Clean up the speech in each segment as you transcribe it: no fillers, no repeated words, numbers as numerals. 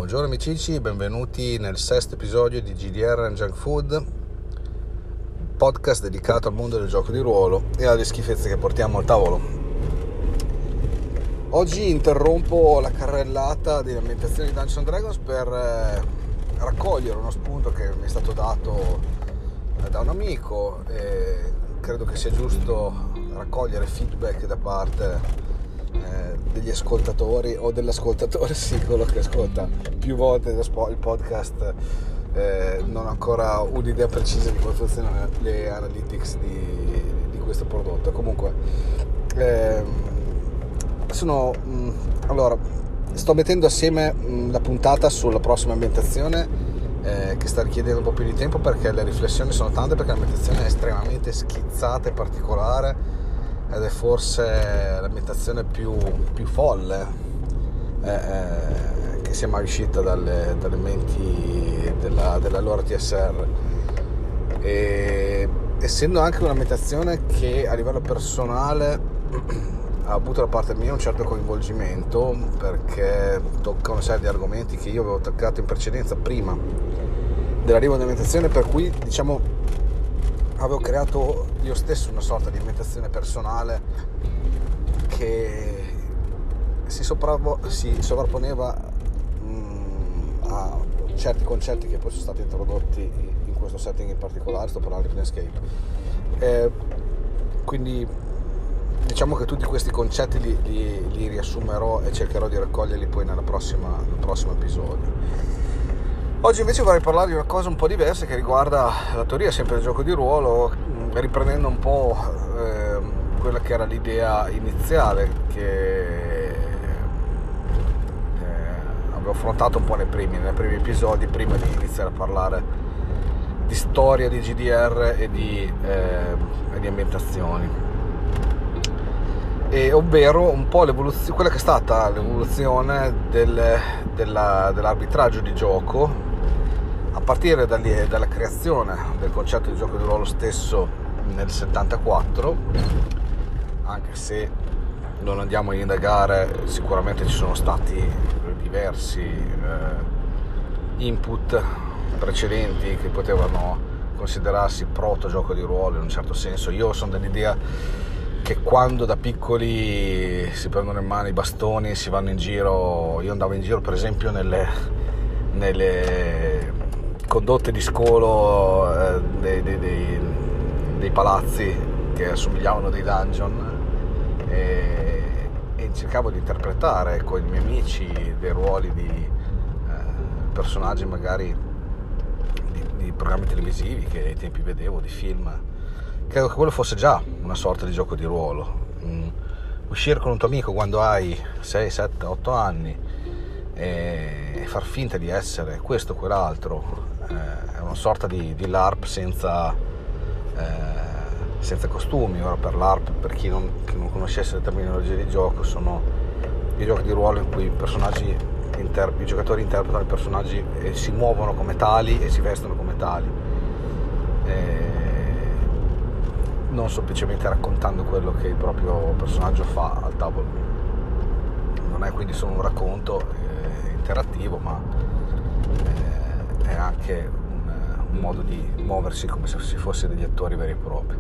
Buongiorno amici, benvenuti nel sesto episodio di GDR and Junk Food, podcast dedicato al mondo del gioco di ruolo e alle schifezze che portiamo al tavolo. Oggi interrompo la carrellata di ambientazione di Dungeons & Dragons per raccogliere uno spunto che mi è stato dato da un amico e credo che sia giusto raccogliere feedback da parte degli ascoltatori o dell'ascoltatore singolo che ascolta più volte il podcast. Non ho ancora un'idea precisa di come funzionano le analytics di questo prodotto. Comunque sto mettendo assieme la puntata sulla prossima ambientazione che sta richiedendo un po' più di tempo, perché le riflessioni sono tante, perché l'ambientazione è estremamente schizzata e particolare ed è forse l'ambientazione più folle che sia mai uscita dalle menti della loro TSR, e essendo anche un'ambientazione che a livello personale ha avuto da parte mia un certo coinvolgimento, perché tocca una serie di argomenti che io avevo toccato in precedenza prima dell'arrivo dell'ambientazione, per cui avevo creato io stesso una sorta di ambientazione personale che si sovrapponeva a certi concetti che poi sono stati introdotti in questo setting in particolare. Sto parlando di Planescape, quindi diciamo che tutti questi concetti li riassumerò e cercherò di raccoglierli poi nel prossimo episodio. Oggi invece vorrei parlare di una cosa un po' diversa che riguarda la teoria sempre del gioco di ruolo, riprendendo un po' quella che era l'idea iniziale che avevo affrontato un po' nei primi episodi, prima di iniziare a parlare di storia di GDR e di ambientazioni, e ovvero un po' quella che è stata l'evoluzione dell'arbitraggio di gioco a partire dalla creazione del concetto di gioco di ruolo stesso nel 74, anche se non andiamo a indagare, sicuramente ci sono stati diversi input precedenti che potevano considerarsi proto gioco di ruolo in un certo senso. Io sono dell'idea che quando da piccoli si prendono in mano i bastoni e si vanno in giro, io andavo in giro per esempio nelle condotte di scolo dei palazzi che assomigliavano dei dungeon, e cercavo di interpretare con i miei amici dei ruoli di personaggi magari di programmi televisivi che ai tempi vedevo, di film. Credo che quello fosse già una sorta di gioco di ruolo. Uscire con un tuo amico quando hai 6, 7, 8 anni e far finta di essere questo o quell'altro è una sorta di LARP senza costumi. Ora, per LARP, per chi non conoscesse le terminologie di gioco, sono i giochi di ruolo in cui i giocatori interpretano i personaggi e si muovono come tali e si vestono come tali, non semplicemente raccontando quello che il proprio personaggio fa al tavolo. Non è quindi solo un racconto interattivo, ma è anche un modo di muoversi come se si fosse degli attori veri e propri.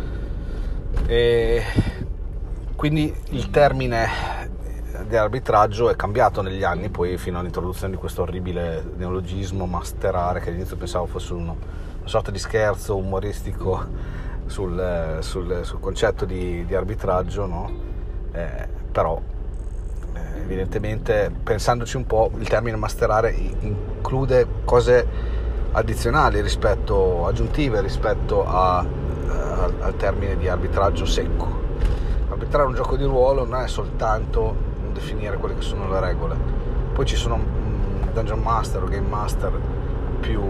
E quindi il termine di arbitraggio è cambiato negli anni, poi fino all'introduzione di questo orribile neologismo masterare, che all'inizio pensavo fosse una sorta di scherzo umoristico sul concetto di arbitraggio, no? Però evidentemente, pensandoci un po', il termine masterare include cose addizionali aggiuntive rispetto al termine di arbitraggio secco. Arbitrare un gioco di ruolo non è soltanto definire quelle che sono le regole, poi ci sono dungeon master o game master più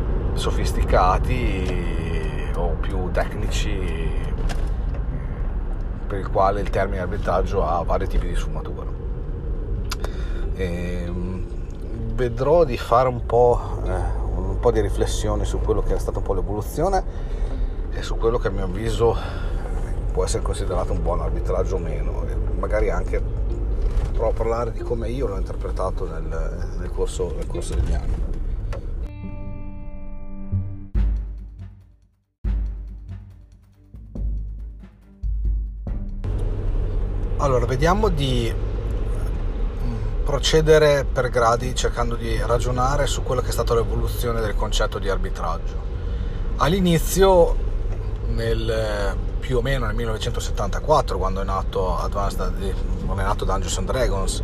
sofisticati o più tecnici, per il quale il termine arbitraggio ha vari tipi di sfumatura. Vedrò di fare un po' di riflessione su quello che è stata un po' l'evoluzione e su quello che a mio avviso può essere considerato un buon arbitraggio o meno, e magari anche provo a parlare di come io l'ho interpretato nel corso degli anni. Allora, vediamo di procedere per gradi cercando di ragionare su quello che è stata l'evoluzione del concetto di arbitraggio. All'inizio, più o meno nel 1974, quando è nato Dungeons and Dragons,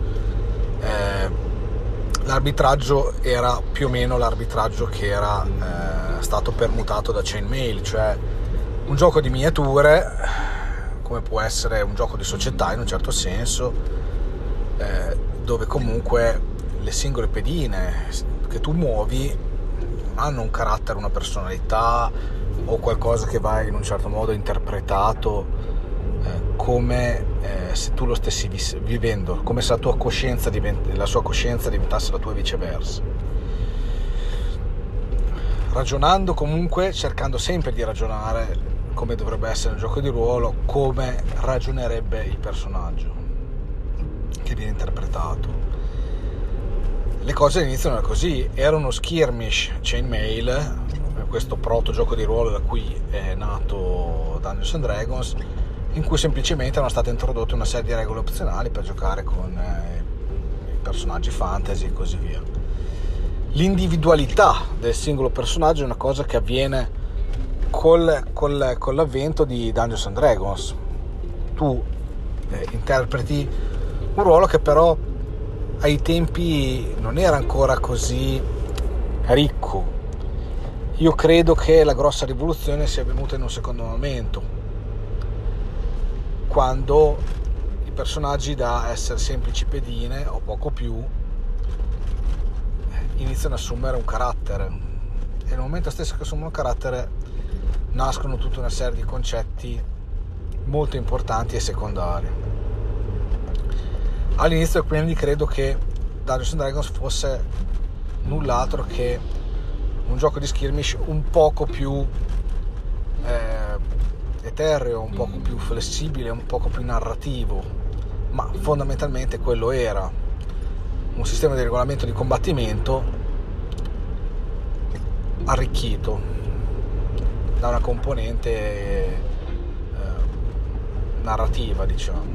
l'arbitraggio era più o meno l'arbitraggio che era stato permutato da Chainmail, cioè un gioco di miniature, come può essere un gioco di società in un certo senso, dove comunque le singole pedine che tu muovi hanno un carattere, una personalità o qualcosa che va in un certo modo interpretato come se tu lo stessi vivendo, come se la sua coscienza diventasse la tua e viceversa. Ragionando comunque, cercando sempre di ragionare come dovrebbe essere un gioco di ruolo, come ragionerebbe il personaggio che viene interpretato. Le cose all'inizio non erano così, era uno skirmish Chainmail, questo proto gioco di ruolo da cui è nato Dungeons and Dragons, in cui semplicemente erano state introdotte una serie di regole opzionali per giocare con i personaggi fantasy e così via. L'individualità del singolo personaggio è una cosa che avviene con l'avvento di Dungeons and Dragons. Tu interpreti un ruolo che però ai tempi non era ancora così ricco. Io credo che la grossa rivoluzione sia avvenuta in un secondo momento, quando i personaggi, da essere semplici pedine o poco più, iniziano ad assumere un carattere, e nel momento stesso che assumono un carattere nascono tutta una serie di concetti molto importanti e secondari. All'inizio quindi credo che Dungeons and Dragons fosse null'altro che un gioco di skirmish un poco più etereo, un poco più flessibile, un poco più narrativo, ma fondamentalmente quello era un sistema di regolamento di combattimento arricchito da una componente narrativa, diciamo.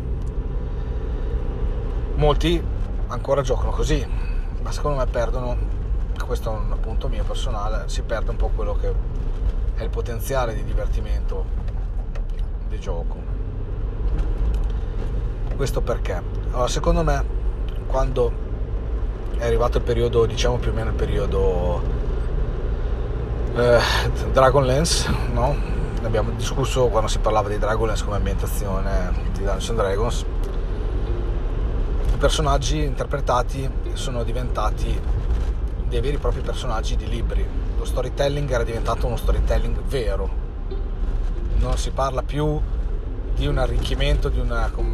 Molti ancora giocano così, ma secondo me perdono, questo è un appunto mio personale, si perde un po' quello che è il potenziale di divertimento di gioco. Questo perché? Allora, secondo me, quando è arrivato il periodo, diciamo più o meno il periodo Dragonlance, no? Ne abbiamo discusso quando si parlava di Dragonlance come ambientazione di Dungeons and Dragons. I personaggi interpretati sono diventati dei veri e propri personaggi di libri. Lo storytelling era diventato uno storytelling vero, non si parla più di un arricchimento di un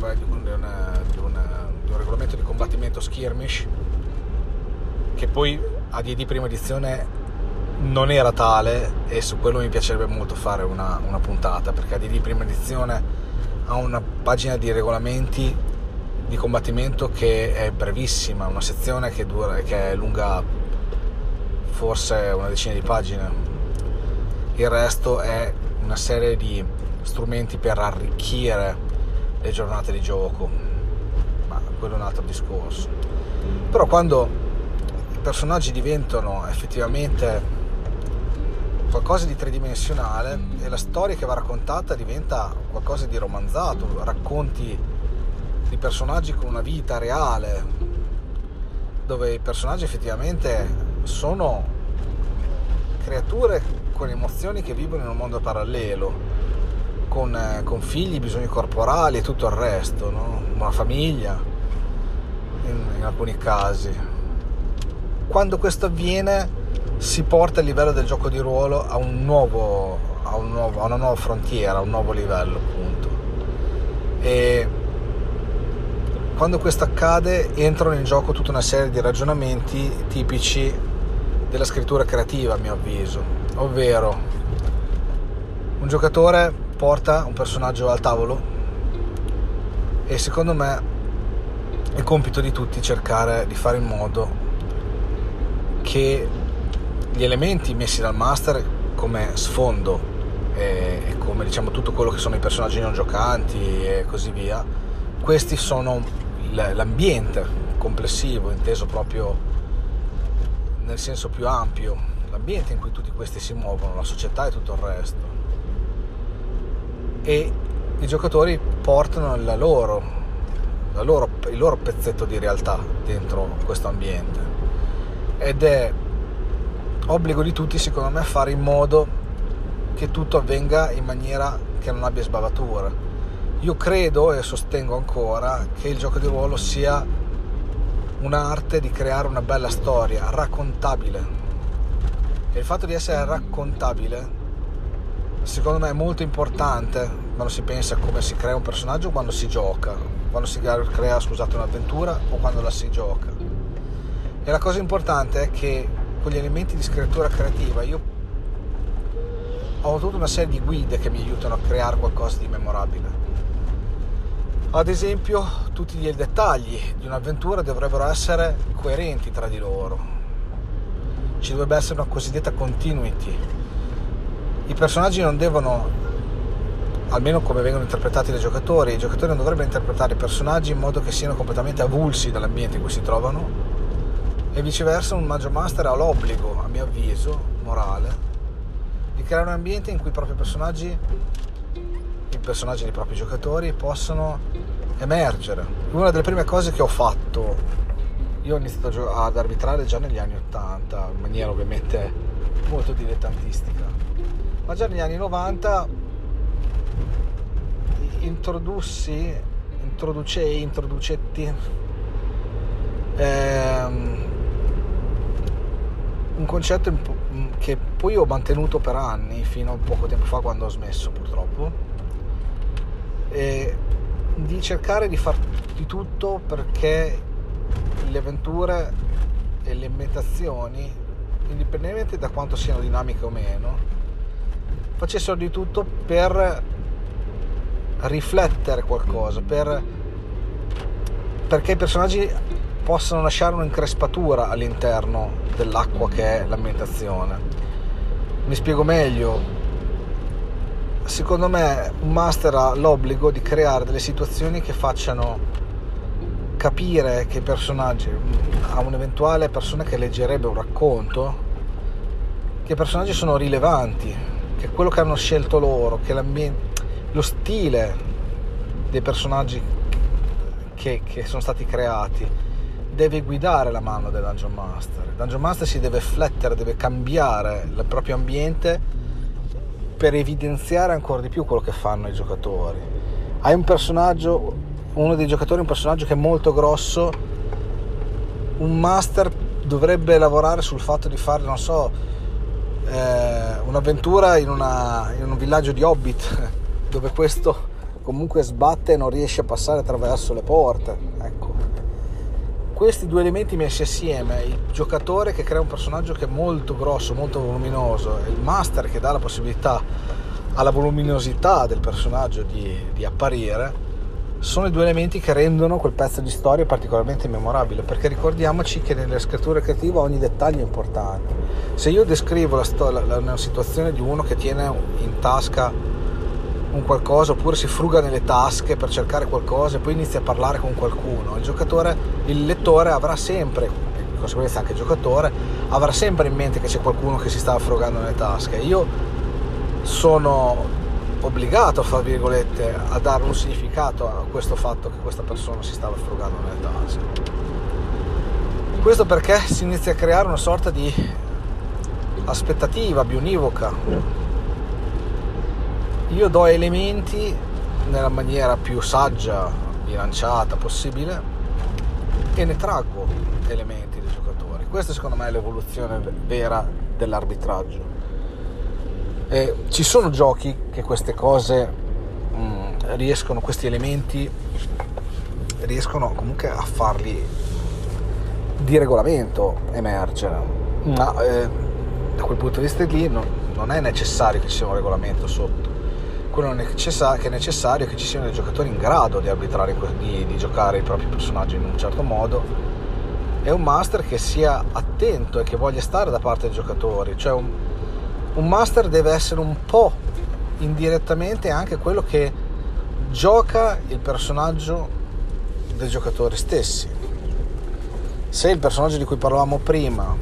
regolamento di combattimento skirmish, che poi a D&D prima edizione non era tale, e su quello mi piacerebbe molto fare una puntata, perché D&D prima edizione ha una pagina di regolamenti di combattimento che è brevissima, una sezione che è lunga forse una decina di pagine, il resto è una serie di strumenti per arricchire le giornate di gioco, ma quello è un altro discorso. Però quando i personaggi diventano effettivamente qualcosa di tridimensionale e la storia che va raccontata diventa qualcosa di romanzato, racconti di personaggi con una vita reale, dove i personaggi effettivamente sono creature con emozioni che vivono in un mondo parallelo, con figli, bisogni corporali e tutto il resto, no? Una famiglia in alcuni casi. Quando questo avviene si porta il livello del gioco di ruolo a una nuova frontiera, a un nuovo livello, appunto. E quando questo accade entrano in gioco tutta una serie di ragionamenti tipici della scrittura creativa, a mio avviso, ovvero un giocatore porta un personaggio al tavolo e secondo me è compito di tutti cercare di fare in modo che gli elementi messi dal master come sfondo e come diciamo tutto quello che sono i personaggi non giocanti e così via, questi sono l'ambiente complessivo, inteso proprio nel senso più ampio, l'ambiente in cui tutti questi si muovono, la società e tutto il resto, e i giocatori portano il loro pezzetto di realtà dentro questo ambiente, ed è obbligo di tutti secondo me fare in modo che tutto avvenga in maniera che non abbia sbavature. Io credo e sostengo ancora che il gioco di ruolo sia un'arte di creare una bella storia raccontabile, e il fatto di essere raccontabile secondo me è molto importante quando si pensa a come si crea un personaggio, quando si gioca, quando si crea un'avventura o quando la si gioca. E la cosa importante è che con gli elementi di scrittura creativa io ho tutta una serie di guide che mi aiutano a creare qualcosa di memorabile. Ad esempio, tutti i dettagli di un'avventura dovrebbero essere coerenti tra di loro. Ci dovrebbe essere una cosiddetta continuity. I personaggi non devono, almeno come vengono interpretati dai giocatori, i giocatori non dovrebbero interpretare i personaggi in modo che siano completamente avulsi dall'ambiente in cui si trovano, e viceversa un Dungeon Master ha l'obbligo, a mio avviso, morale, di creare un ambiente in cui i propri personaggi, i personaggi dei propri giocatori possano emergere. Una delle prime cose che ho fatto, io ho iniziato ad arbitrare già negli anni 80 in maniera ovviamente molto dilettantistica, ma già negli anni 90 introducetti un concetto che poi ho mantenuto per anni, fino a poco tempo fa quando ho smesso purtroppo, di cercare di far di tutto perché le avventure e le ambientazioni, indipendentemente da quanto siano dinamiche o meno, facessero di tutto per riflettere qualcosa, perché i personaggi possano lasciare un'increspatura all'interno dell'acqua che è l'ambientazione. Mi spiego meglio. Secondo me un master ha l'obbligo di creare delle situazioni che facciano capire che i personaggi, a un'eventuale persona che leggerebbe un racconto, che i personaggi sono rilevanti, che quello che hanno scelto loro, che lo stile dei personaggi che sono stati creati deve guidare la mano del Dungeon Master. Il Dungeon Master si deve flettere, deve cambiare il proprio ambiente per evidenziare ancora di più quello che fanno i giocatori. Hai un personaggio, uno dei giocatori è un personaggio che è molto grosso, un master dovrebbe lavorare sul fatto di fare, non so, un'avventura in un villaggio di Hobbit dove questo comunque sbatte e non riesce a passare attraverso le porte. Ecco, questi due elementi messi assieme, il giocatore che crea un personaggio che è molto grosso, molto voluminoso, e il master che dà la possibilità alla voluminosità del personaggio di apparire, sono i due elementi che rendono quel pezzo di storia particolarmente memorabile, perché ricordiamoci che nella scrittura creativa ogni dettaglio è importante. Se io descrivo una situazione di uno che tiene in tasca un qualcosa, oppure si fruga nelle tasche per cercare qualcosa e poi inizia a parlare con qualcuno, il lettore avrà sempre, di conseguenza anche il giocatore, avrà sempre in mente che c'è qualcuno che si stava frugando nelle tasche. Io sono obbligato, fra virgolette, a dare un significato a questo fatto che questa persona si stava frugando nelle tasche. Questo perché si inizia a creare una sorta di aspettativa bionivoca. Io do elementi nella maniera più saggia, bilanciata possibile, e ne traggo elementi dai giocatori. Questa secondo me è l'evoluzione vera dell'arbitraggio. Ci sono giochi che queste cose riescono, questi elementi riescono comunque a farli di regolamento emergere, ma da quel punto di vista lì non è necessario che ci sia un regolamento sotto. quello che è necessario che ci siano dei giocatori in grado di arbitrare, di giocare i propri personaggi in un certo modo, e un master che sia attento e che voglia stare da parte dei giocatori. Cioè un master deve essere un po' indirettamente anche quello che gioca il personaggio dei giocatori stessi. Se il personaggio di cui parlavamo prima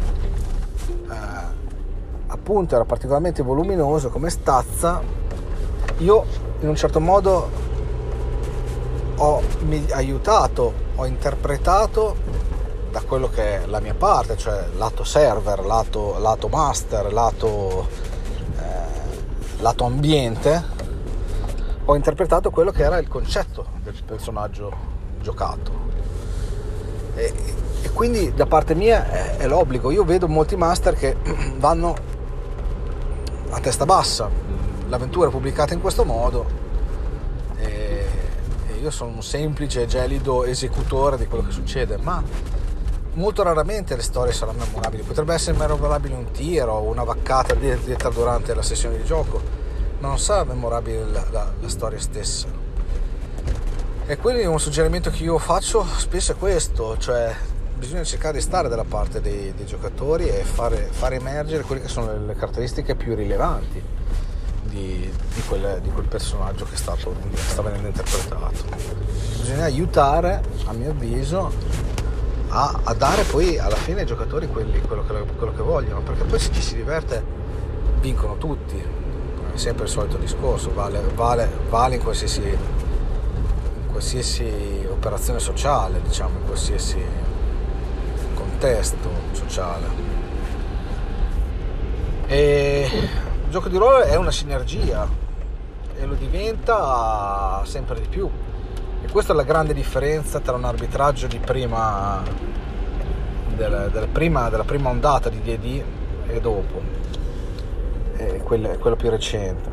appunto era particolarmente voluminoso come stazza, io in un certo modo ho aiutato, ho interpretato da quello che è la mia parte, cioè lato server, lato master, lato ambiente, ho interpretato quello che era il concetto del personaggio giocato, e quindi da parte mia è l'obbligo. Io vedo molti master che vanno a testa bassa, l'avventura è pubblicata in questo modo e io sono un semplice gelido esecutore di quello che succede, ma molto raramente le storie saranno memorabili. Potrebbe essere memorabile un tiro o una vaccata detta durante la sessione di gioco, ma non sarà memorabile la storia stessa. E quindi un suggerimento che io faccio spesso è questo, cioè bisogna cercare di stare dalla parte dei giocatori e fare emergere quelle che sono le caratteristiche più rilevanti di quel personaggio che sta venendo interpretato. Bisogna aiutare, a mio avviso, a dare poi alla fine ai giocatori quello che vogliono, perché poi se ci si diverte vincono tutti. È sempre il solito discorso, vale in qualsiasi operazione sociale, diciamo, in qualsiasi contesto sociale. E il gioco di ruolo è una sinergia e lo diventa sempre di più, e questa è la grande differenza tra un arbitraggio di della prima ondata di D&D e dopo, e quello più recente.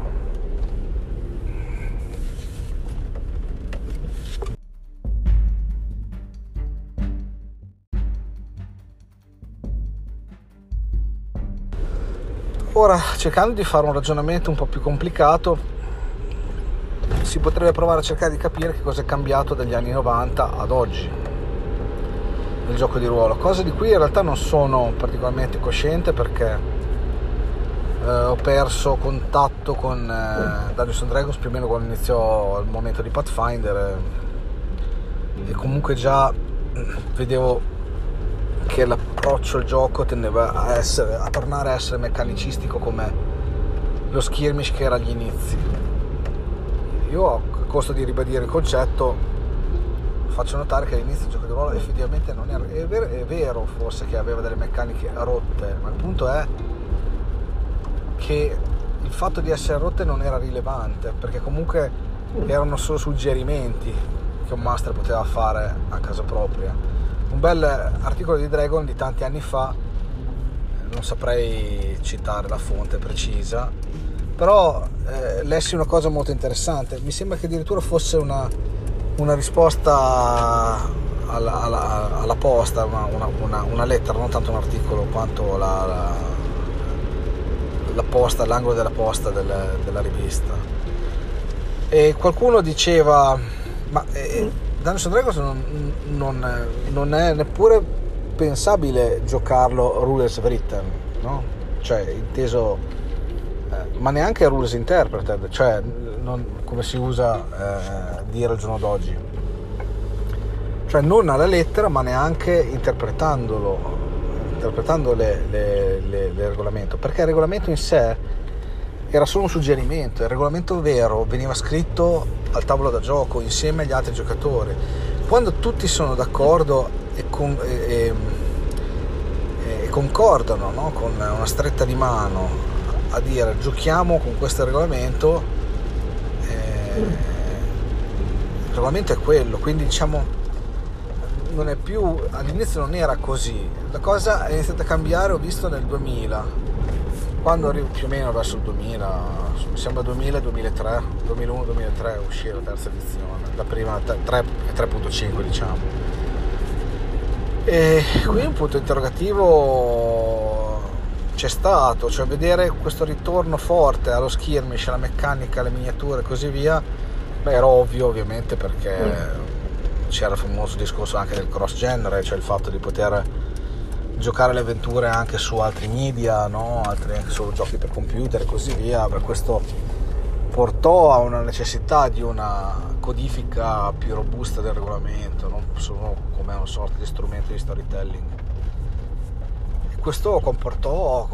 Ora, cercando di fare un ragionamento un po' più complicato, si potrebbe provare a cercare di capire che cosa è cambiato dagli anni 90 ad oggi nel gioco di ruolo, cosa di cui in realtà non sono particolarmente cosciente, perché ho perso contatto con Dungeons & Dragons più o meno quando iniziò il momento di Pathfinder, e comunque già vedevo che l'approccio al gioco tendeva a tornare a essere meccanicistico come lo skirmish che era agli inizi. Io, a costo di ribadire il concetto, faccio notare che all'inizio il gioco di ruolo effettivamente non era, è vero forse che aveva delle meccaniche rotte, ma il punto è che il fatto di essere rotte non era rilevante, perché comunque erano solo suggerimenti che un master poteva fare a casa propria. Un bel articolo di Dragon di tanti anni fa, non saprei citare la fonte precisa, però lessi una cosa molto interessante. Mi sembra che addirittura fosse una risposta alla posta, una lettera, non tanto un articolo quanto la posta, l'angolo della posta della rivista, e qualcuno diceva: ma Dungeons & Dragons non è neppure pensabile giocarlo rules written, no? Cioè inteso, ma neanche rules interpreted, cioè come si usa dire al giorno d'oggi, cioè non alla lettera ma neanche interpretando il regolamento, perché il regolamento in sé era solo un suggerimento. Il regolamento vero veniva scritto al tavolo da gioco insieme agli altri giocatori. Quando tutti sono d'accordo e concordano, no? Con una stretta di mano a dire giochiamo con questo regolamento, il regolamento è quello, quindi diciamo non è più, all'inizio non era così, la cosa è iniziata a cambiare, ho visto nel 2000, quando arrivo più o meno verso il 2000, mi sembra 2000-2003, 2001-2003 uscì la terza edizione, la prima 3.5 diciamo. E qui un punto interrogativo c'è stato, cioè vedere questo ritorno forte allo skirmish, alla meccanica, alle miniature e così via, beh, era ovvio ovviamente, perché c'era il famoso discorso anche del cross genre, cioè il fatto di poter giocare le avventure anche su altri media, no? Anche su giochi per computer e così via. Per questo portò a una necessità di una codifica più robusta del regolamento, non solo come una sorta di strumento di storytelling. E questo comportò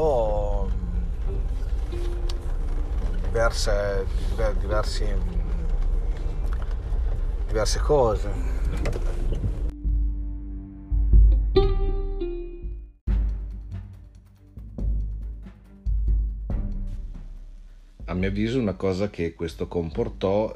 diverse cose. A mio avviso una cosa che questo comportò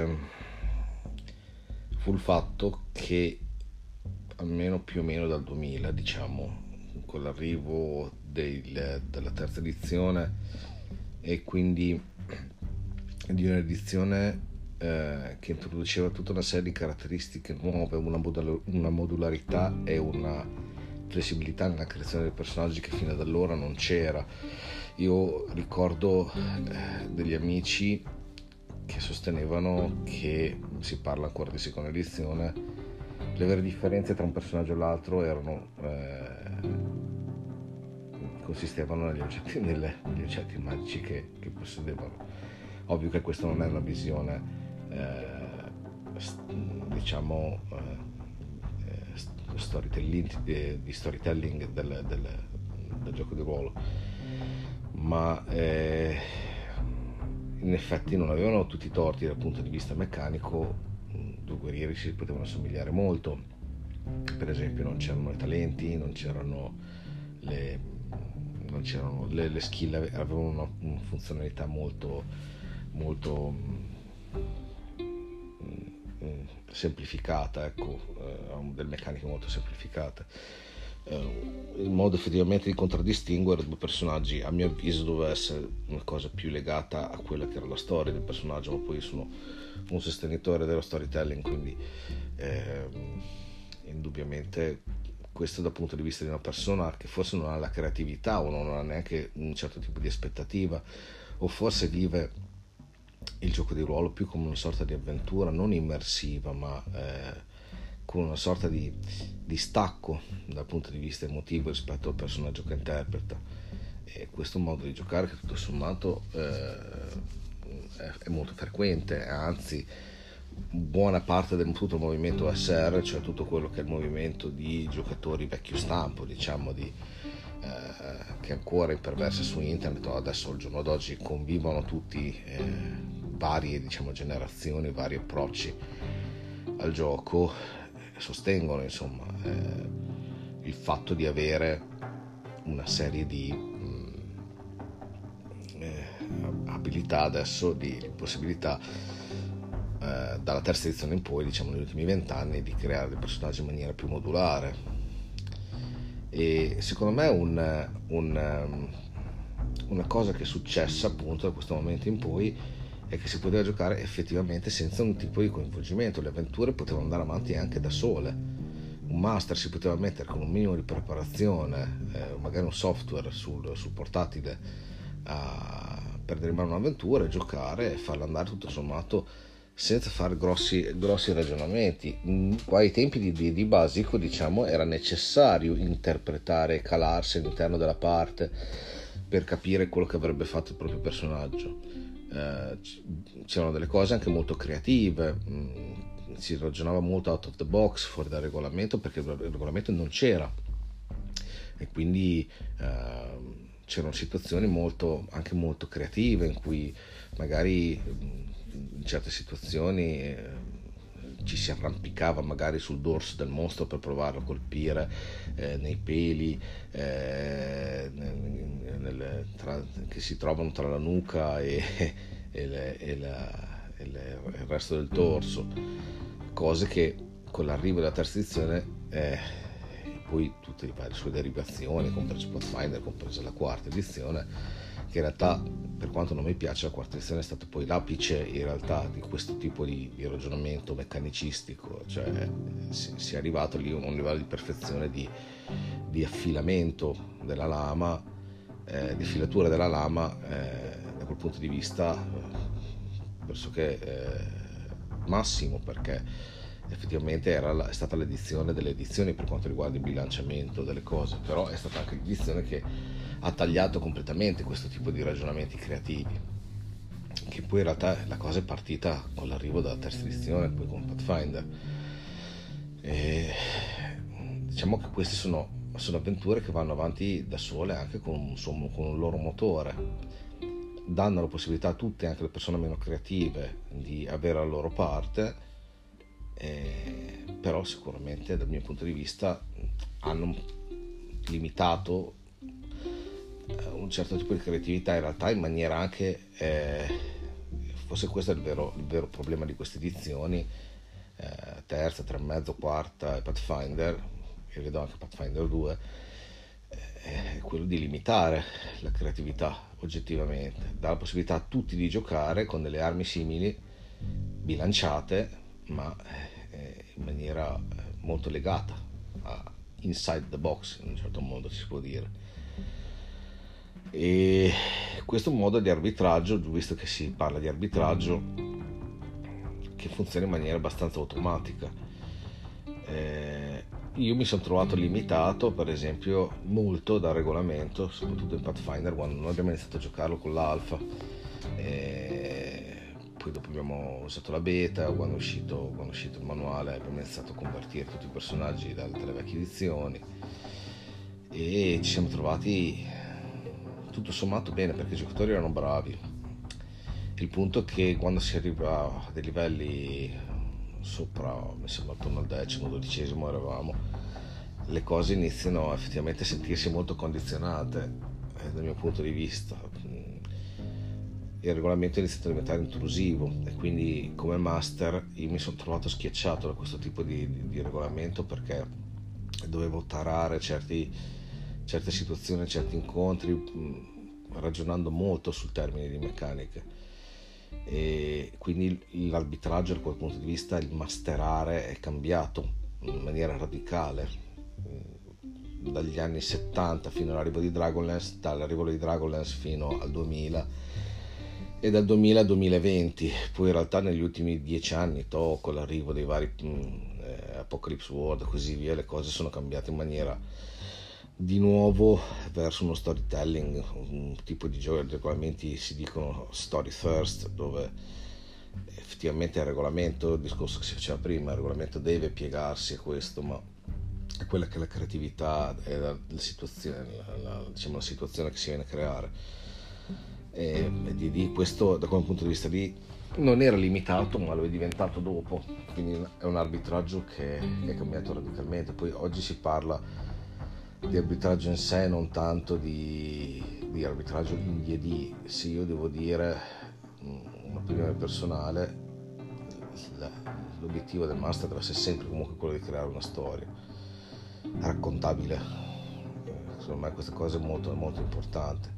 fu il fatto che almeno più o meno dal 2000, diciamo, con l'arrivo della terza edizione e quindi di un'edizione che introduceva tutta una serie di caratteristiche nuove, una modularità e una flessibilità nella creazione dei personaggi che fino ad allora non c'era. Io ricordo degli amici che sostenevano che, si parla ancora di seconda edizione, le vere differenze tra un personaggio e l'altro consistevano negli oggetti magici che possedevano. Ovvio che questa non è una visione di storytelling del gioco di ruolo, ma in effetti non avevano tutti i torti dal punto di vista meccanico. Due guerrieri si potevano assomigliare molto, per esempio non c'erano i talenti, non c'erano le skill, avevano una funzionalità molto semplificata, ecco, delle meccaniche molto semplificate. Il modo effettivamente di contraddistinguere due personaggi, a mio avviso, doveva essere una cosa più legata a quella che era la storia del personaggio, ma poi sono un sostenitore dello storytelling, quindi indubbiamente questo dal punto di vista di una persona che forse non ha la creatività o non ha neanche un certo tipo di aspettativa, o forse vive il gioco di ruolo più come una sorta di avventura non immersiva, ma con una sorta di stacco dal punto di vista emotivo rispetto al personaggio che interpreta. E questo modo di giocare, che tutto sommato è molto frequente, anzi buona parte del tutto il movimento SR, cioè tutto quello che è il movimento di giocatori vecchio stampo, diciamo, che ancora imperversa su internet, adesso al giorno d'oggi convivono tutti varie, diciamo, generazioni, vari approcci al gioco, sostengono insomma il fatto di avere una serie di abilità adesso, di possibilità dalla terza edizione in poi, diciamo negli ultimi 20 anni, di creare dei personaggi in maniera più modulare. E secondo me una cosa che è successa appunto da questo momento in poi è che si poteva giocare effettivamente senza un tipo di coinvolgimento, le avventure potevano andare avanti anche da sole, un master si poteva mettere con un minimo di preparazione, magari un software sul portatile, a prendere in mano un'avventura e giocare e farla andare tutto sommato senza fare grossi ragionamenti. Qua ai tempi di basico, diciamo, era necessario interpretare e calarsi all'interno della parte per capire quello che avrebbe fatto il proprio personaggio. C'erano delle cose anche molto creative, si ragionava molto out of the box, fuori dal regolamento, perché il regolamento non c'era, e quindi c'erano situazioni anche molto creative in cui magari in certe situazioni ci si arrampicava magari sul dorso del mostro per provarlo a colpire nei peli che si trovano tra la nuca e il resto del torso, cose che con l'arrivo della terza edizione poi tutte le varie sue derivazioni, compreso Pathfinder, compresa la quarta edizione, che in realtà, per quanto non mi piace, la quarta edizione è stata poi l'apice in realtà di questo tipo di ragionamento meccanicistico, cioè si è arrivato lì a un livello di perfezione di affilamento della lama di filatura della lama, da quel punto di vista pressoché massimo, perché effettivamente è stata l'edizione delle edizioni per quanto riguarda il bilanciamento delle cose, però è stata anche l'edizione che ha tagliato completamente questo tipo di ragionamenti creativi, che poi in realtà la cosa è partita con l'arrivo della terza edizione, poi con Pathfinder. E diciamo che queste sono avventure che vanno avanti da sole, anche con un loro motore, danno la possibilità a tutte, anche le persone meno creative, di avere la loro parte, però sicuramente dal mio punto di vista hanno limitato un certo tipo di creatività, in realtà in maniera anche forse questo è il vero problema di queste edizioni, terza, 3,5, quarta e Pathfinder, io vedo anche Pathfinder 2, è quello di limitare la creatività oggettivamente, dà la possibilità a tutti di giocare con delle armi simili, bilanciate, ma in maniera molto legata a inside the box, in un certo modo si può dire. E questo modo di arbitraggio, visto che si parla di arbitraggio, che funziona in maniera abbastanza automatica, io mi sono trovato limitato per esempio molto dal regolamento, soprattutto in Pathfinder, quando noi abbiamo iniziato a giocarlo con l'alfa, poi dopo abbiamo usato la beta, quando è uscito il manuale abbiamo iniziato a convertire tutti i personaggi dalle vecchie edizioni e ci siamo trovati tutto sommato bene, perché i giocatori erano bravi. Il punto è che quando si arriva a dei livelli sopra, mi sembra attorno al 10°, 12° eravamo, le cose iniziano effettivamente a sentirsi molto condizionate, dal mio punto di vista. Il regolamento è iniziato a diventare intrusivo e quindi come master io mi sono trovato schiacciato da questo tipo di regolamento, perché dovevo tarare certe situazioni, certi incontri, ragionando molto sul termine di meccaniche, e quindi l'arbitraggio da quel punto di vista, il masterare, è cambiato in maniera radicale dagli anni 70 fino all'arrivo di Dragonlance, dall'arrivo di Dragonlance fino al 2000 e dal 2000 al 2020. Poi in realtà negli ultimi 10 anni, con l'arrivo dei vari Apocalypse World e così via, le cose sono cambiate in maniera di nuovo verso uno storytelling, un tipo di gioco. I regolamenti si dicono story first, dove effettivamente il regolamento, il discorso che si faceva prima, il regolamento deve piegarsi a questo, ma è quella che è la creatività, è la situazione che si viene a creare, e di questo, da quel punto di vista lì, non era limitato, ma lo è diventato dopo, quindi è un arbitraggio che è cambiato radicalmente. Poi oggi si parla di arbitraggio in sé, non tanto di arbitraggio in D&D. Se io devo dire un'opinione personale, l'obiettivo del master deve essere sempre comunque quello di creare una storia raccontabile. Secondo me questa cosa è molto molto importante,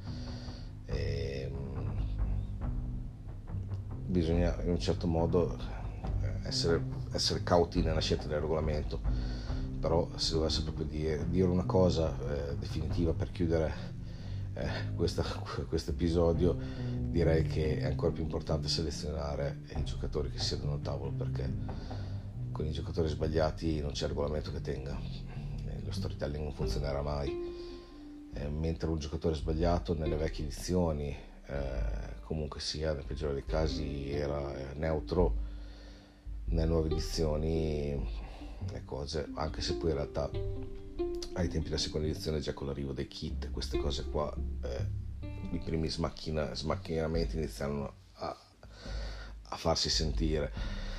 bisogna in un certo modo essere cauti nella scelta del regolamento. Però se dovesse proprio dire una cosa definitiva per chiudere questo episodio, direi che è ancora più importante selezionare i giocatori che siedono al tavolo, perché con i giocatori sbagliati non c'è regolamento che tenga, lo storytelling non funzionerà mai, mentre un giocatore sbagliato nelle vecchie edizioni, comunque sia nel peggiore dei casi, era neutro. Nelle nuove edizioni le cose, anche se poi in realtà ai tempi della seconda edizione, già con l'arrivo dei kit, queste cose qua, i primi smacchinamenti iniziarono a farsi sentire,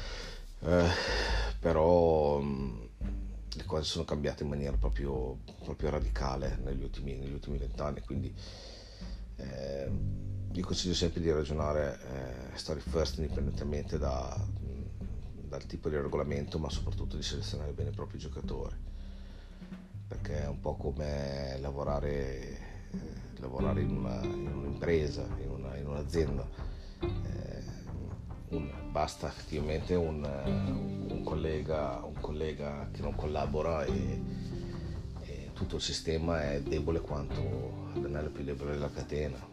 però le cose sono cambiate in maniera proprio radicale negli ultimi 20 anni, quindi io consiglio sempre di ragionare story first, indipendentemente dal tipo di regolamento, ma soprattutto di selezionare bene i propri giocatori, perché è un po' come lavorare in un'impresa, in un'azienda. Basta effettivamente un collega che non collabora e tutto il sistema è debole quanto l'anello più debole della catena.